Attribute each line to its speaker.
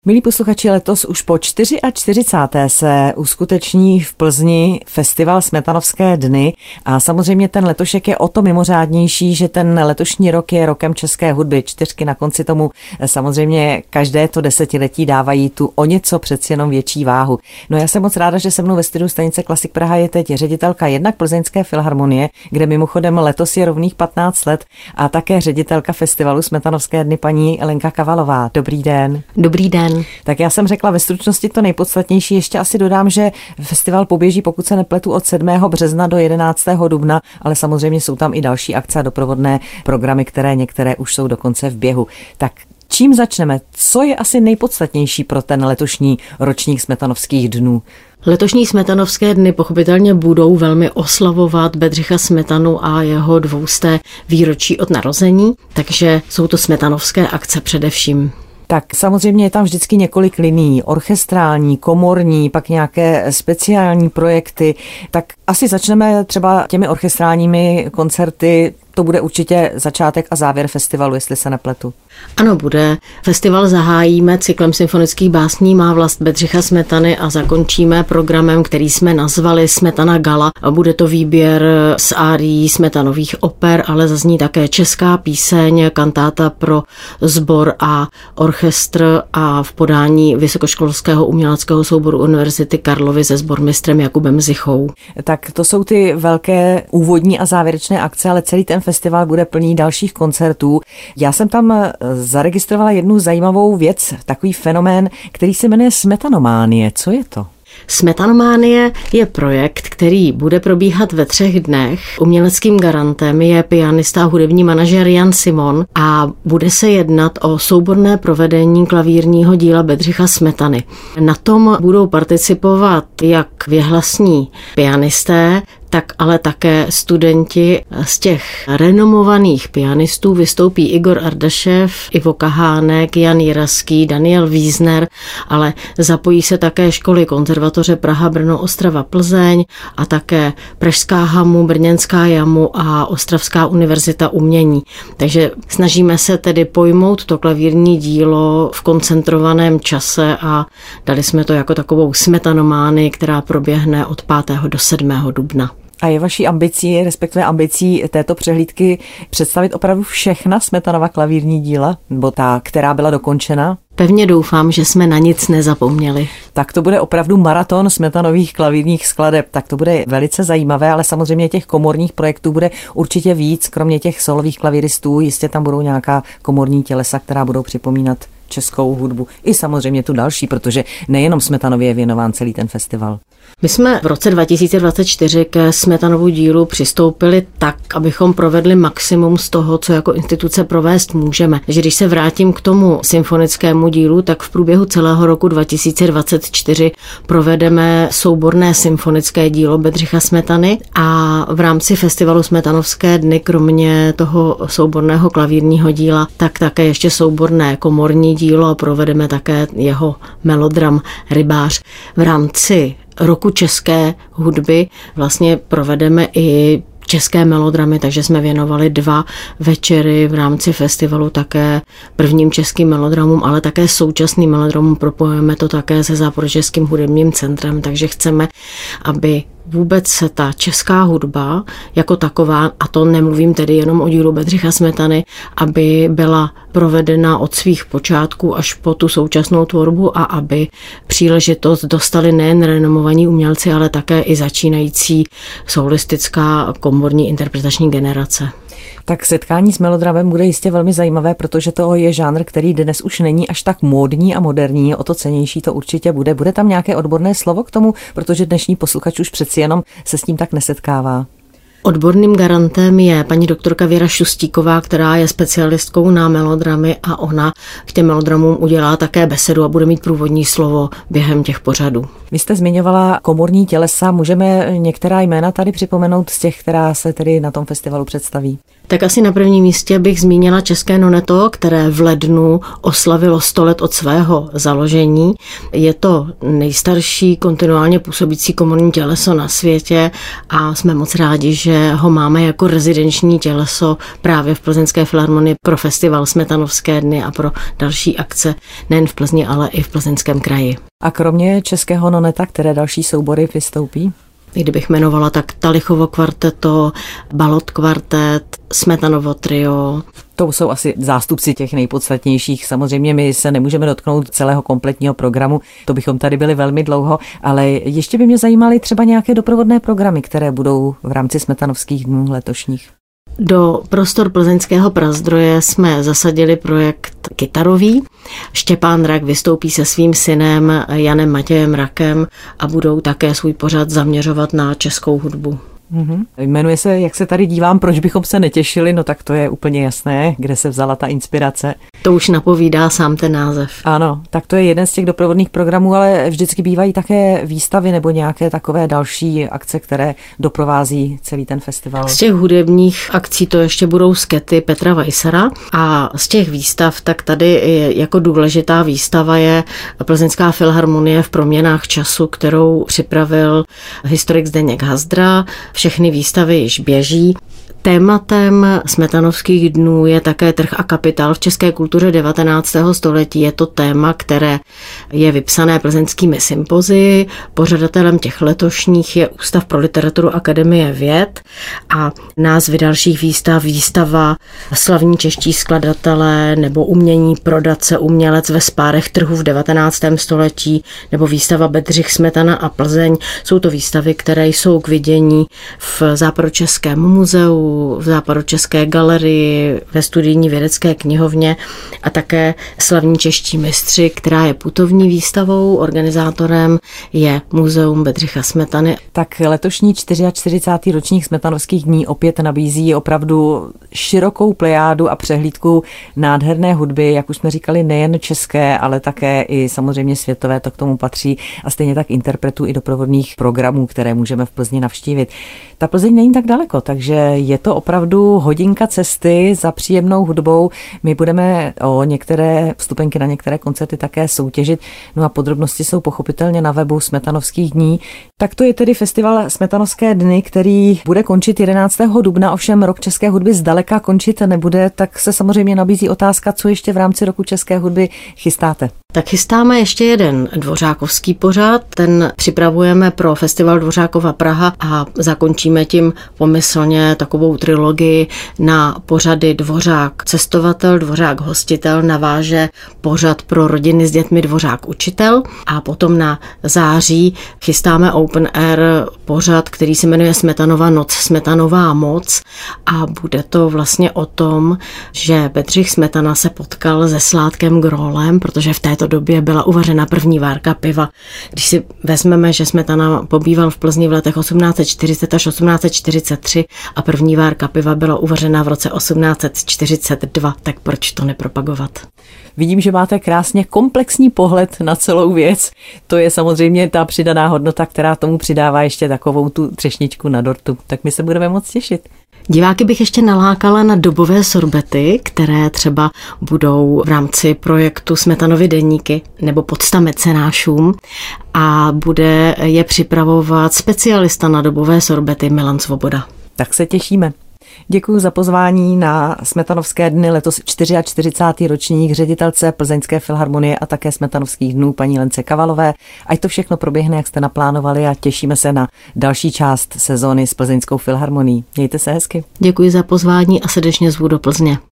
Speaker 1: Milí posluchači, letos už po 44. se uskuteční v Plzni festival Smetanovské dny a samozřejmě ten letošek je o to mimořádnější, že ten letošní rok je rokem české hudby. 4 na konci tomu samozřejmě každé to desetiletí dávají tu o něco přeci jenom větší váhu. No já jsem moc ráda, že se mnou ve studiu stanice Klasik Praha je teď ředitelka jednak Plzeňské filharmonie, kde mimochodem letos je rovných 15 let, a také ředitelka festivalu Smetanovské dny paní Lenka Kavalová. Dobrý den.
Speaker 2: Dobrý den.
Speaker 1: Tak já jsem řekla ve stručnosti to nejpodstatnější, ještě asi dodám, že festival poběží, pokud se nepletu, od 7. března do 11. dubna, ale samozřejmě jsou tam i další akce a doprovodné programy, které některé už jsou dokonce v běhu. Tak čím začneme? Co je asi nejpodstatnější pro ten letošní ročník Smetanovských dnů?
Speaker 2: Letošní Smetanovské dny pochopitelně budou velmi oslavovat Bedřicha Smetanu a jeho 200. výročí od narození, takže jsou to smetanovské akce především.
Speaker 1: Tak samozřejmě je tam vždycky několik linií, orchestrální, komorní, pak nějaké speciální projekty. Tak asi začneme třeba těmi orchestrálními koncerty. To bude určitě začátek a závěr festivalu, jestli se nepletu.
Speaker 2: Ano, bude. Festival zahájíme cyklem symfonických básní Má vlast Bedřicha Smetany a zakončíme programem, který jsme nazvali Smetana Gala. A bude to výběr z árií smetanových oper, ale zazní také česká píseň, kantáta pro sbor a orchestr a v podání Vysokoškolského uměleckého souboru Univerzity Karlovy se sbormistrem Jakubem Zichou.
Speaker 1: Tak to jsou ty velké úvodní a závěrečné akce, ale celý ten festival bude plný dalších koncertů. Já jsem tam zaregistrovala jednu zajímavou věc, takový fenomén, který se jmenuje Smetanománie. Co je to?
Speaker 2: Smetanománie je projekt, který bude probíhat ve 3 dnech. Uměleckým garantem je pianista a hudební manažer Jan Simon a bude se jednat o souborné provedení klavírního díla Bedřicha Smetany. Na tom budou participovat jak věhlasní pianisté, tak ale také studenti. Z těch renomovaných pianistů vystoupí Igor Ardašev, Ivo Kahánek, Jan Jiraský, Daniel Wiesner, ale zapojí se také školy konzervatoře Praha, Brno, Ostrava, Plzeň a také Pražská Hamu, Brněnská Jamu a Ostravská univerzita umění. Takže snažíme se tedy pojmout to klavírní dílo v koncentrovaném čase a dali jsme to jako takovou smetanomány, která proběhne od 5. do 7. dubna.
Speaker 1: A je vaší ambicí, respektive ambicí této přehlídky představit opravdu všechna Smetanova klavírní díla, nebo ta, která byla dokončena?
Speaker 2: Pevně doufám, že jsme na nic nezapomněli.
Speaker 1: Tak to bude opravdu maraton Smetanových klavírních skladeb, tak to bude velice zajímavé, ale samozřejmě těch komorních projektů bude určitě víc, kromě těch solových klavíristů, jistě tam budou nějaká komorní tělesa, která budou připomínat českou hudbu i samozřejmě tu další, protože nejenom Smetanově je věnován celý ten festival.
Speaker 2: My jsme v roce 2024 ke Smetanovu dílu přistoupili tak, abychom provedli maximum z toho, co jako instituce provést můžeme. Že když se vrátím k tomu symfonickému dílu, tak v průběhu celého roku 2024 provedeme souborné symfonické dílo Bedřicha Smetany a v rámci festivalu Smetanovské dny, kromě toho souborného klavírního díla, tak také ještě souborné komorní dílo a provedeme také jeho melodram Rybář. V rámci roku české hudby vlastně provedeme i české melodramy, takže jsme věnovali 2 večery v rámci festivalu také prvním českým melodramům, ale také současným melodramům. Propojujeme to také se Záporočeským hudebním centrem, takže chceme, aby vůbec se ta česká hudba jako taková, a to nemluvím tedy jenom o dílu Bedřicha Smetany, aby byla provedena od svých počátků až po tu současnou tvorbu a aby příležitost dostali nejen renomovaní umělci, ale také i začínající solistická komorní interpretační generace.
Speaker 1: Tak setkání s melodramem bude jistě velmi zajímavé, protože to je žánr, který dnes už není až tak módní a moderní, o to cennější to určitě bude. Bude tam nějaké odborné slovo k tomu, protože dnešní posluchač už přeci jenom se s tím tak nesetkává?
Speaker 2: Odborným garantem je paní doktorka Věra Šustíková, která je specialistkou na melodramy a ona k těm melodramům udělá také besedu a bude mít průvodní slovo během těch pořadů.
Speaker 1: Vy jste zmiňovala komorní tělesa, můžeme některá jména tady připomenout z těch, která se tedy na tom festivalu představí?
Speaker 2: Tak asi na prvním místě bych zmínila České Noneto, které v lednu oslavilo 100 let od svého založení. Je to nejstarší kontinuálně působící komorní těleso na světě a jsme moc rádi, že ho máme jako rezidenční těleso právě v Plzeňské filharmonii pro festival Smetanovské dny a pro další akce nejen v Plzni, ale i v Plzeňském kraji.
Speaker 1: A kromě Českého Noneta, které další soubory vystoupí?
Speaker 2: Kdybych jmenovala, tak Talichovo kvarteto, Balot kvartet, Smetanovo trio.
Speaker 1: To jsou asi zástupci těch nejpodstatnějších. Samozřejmě my se nemůžeme dotknout celého kompletního programu, to bychom tady byli velmi dlouho, ale ještě by mě zajímaly třeba nějaké doprovodné programy, které budou v rámci Smetanovských dnů letošních.
Speaker 2: Do prostor plzeňského Prazdroje jsme zasadili projekt kytarový. Štěpán Rak vystoupí se svým synem Janem Matějem Rakem a budou také svůj pořad zaměřovat na českou hudbu.
Speaker 1: Jmenuje se, jak se tady dívám, proč bychom se netěšili, no tak to je úplně jasné, kde se vzala ta inspirace.
Speaker 2: To už napovídá sám ten název.
Speaker 1: Ano, tak to je jeden z těch doprovodných programů, ale vždycky bývají také výstavy nebo nějaké takové další akce, které doprovází celý ten festival.
Speaker 2: Z těch hudebních akcí to ještě budou skety Petra Weissera a z těch výstav, tak tady jako důležitá výstava je Plzeňská filharmonie v proměnách času, kterou připravil historik Zdeněk Hazdra. Všechny výstavy již běží. Tématem Smetanovských dnů je také trh a kapitál v české kultuře 19. století. Je to téma, které je vypsané plzeňskými sympozii. Pořadatelem těch letošních je Ústav pro literaturu Akademie věd a názvy dalších výstava Slavní čeští skladatelé nebo Umění prodat se umělec ve spárech trhu v 19. století nebo výstava Bedřich Smetana a Plzeň. Jsou to výstavy, které jsou k vidění v Západočeském muzeu, v Západočeské galerii, ve studijní vědecké knihovně a také Slavní čeští mistři, která je putovní výstavou. Organizátorem je Muzeum Bedřicha Smetany.
Speaker 1: Tak letošní 44. ročník Smetanovských dní opět nabízí opravdu širokou plejádu a přehlídku nádherné hudby, jak už jsme říkali, nejen české, ale také i samozřejmě světové, to k tomu patří a stejně tak interpretů i doprovodných programů, které můžeme v Plzni navštívit. Ta Plzeň není tak daleko, takže je to opravdu hodinka cesty za příjemnou hudbou. My budeme o některé vstupenky na některé koncerty také soutěžit, no a podrobnosti jsou pochopitelně na webu Smetanovských dní. Tak to je tedy festival Smetanovské dny, který bude končit 11. dubna, ovšem rok české hudby zdaleka končit nebude, tak se samozřejmě nabízí otázka, co ještě v rámci roku české hudby chystáte.
Speaker 2: Tak chystáme ještě jeden dvořákovský pořad, ten připravujeme pro festival Dvořákova Praha a zakončíme tím pomyslně takovou trilogii na pořady Dvořák cestovatel, Dvořák hostitel, naváže pořad pro rodiny s dětmi Dvořák učitel a potom na září chystáme open air pořad, který se jmenuje Smetanova noc, Smetanová moc a bude to vlastně o tom, že Bedřich Smetana se potkal se Sládkem Grólem, protože v této době byla uvařena první várka piva. Když si vezmeme, že Smetana pobýval v Plzni v letech 1840 až 1843 a první várka piva byla uvařena v roce 1842, tak proč to nepropagovat?
Speaker 1: Vidím, že máte krásně komplexní pohled na celou věc. To je samozřejmě ta přidaná hodnota, která tomu přidává ještě takovou tu třešničku na dortu. Tak my se budeme moc těšit.
Speaker 2: Diváky bych ještě nalákala na dobové sorbety, které třeba budou v rámci projektu Smetanovy deníky nebo podsta mecenášům a bude je připravovat specialista na dobové sorbety Milan Svoboda.
Speaker 1: Tak se těšíme. Děkuji za pozvání na Smetanovské dny, letos 44. ročník ředitelce Plzeňské filharmonie a také Smetanovských dnů paní Lence Kavalové. Ať to všechno proběhne, jak jste naplánovali a těšíme se na další část sezóny s Plzeňskou filharmonií. Mějte se hezky.
Speaker 2: Děkuji za pozvání a srdečně zvu do Plzně.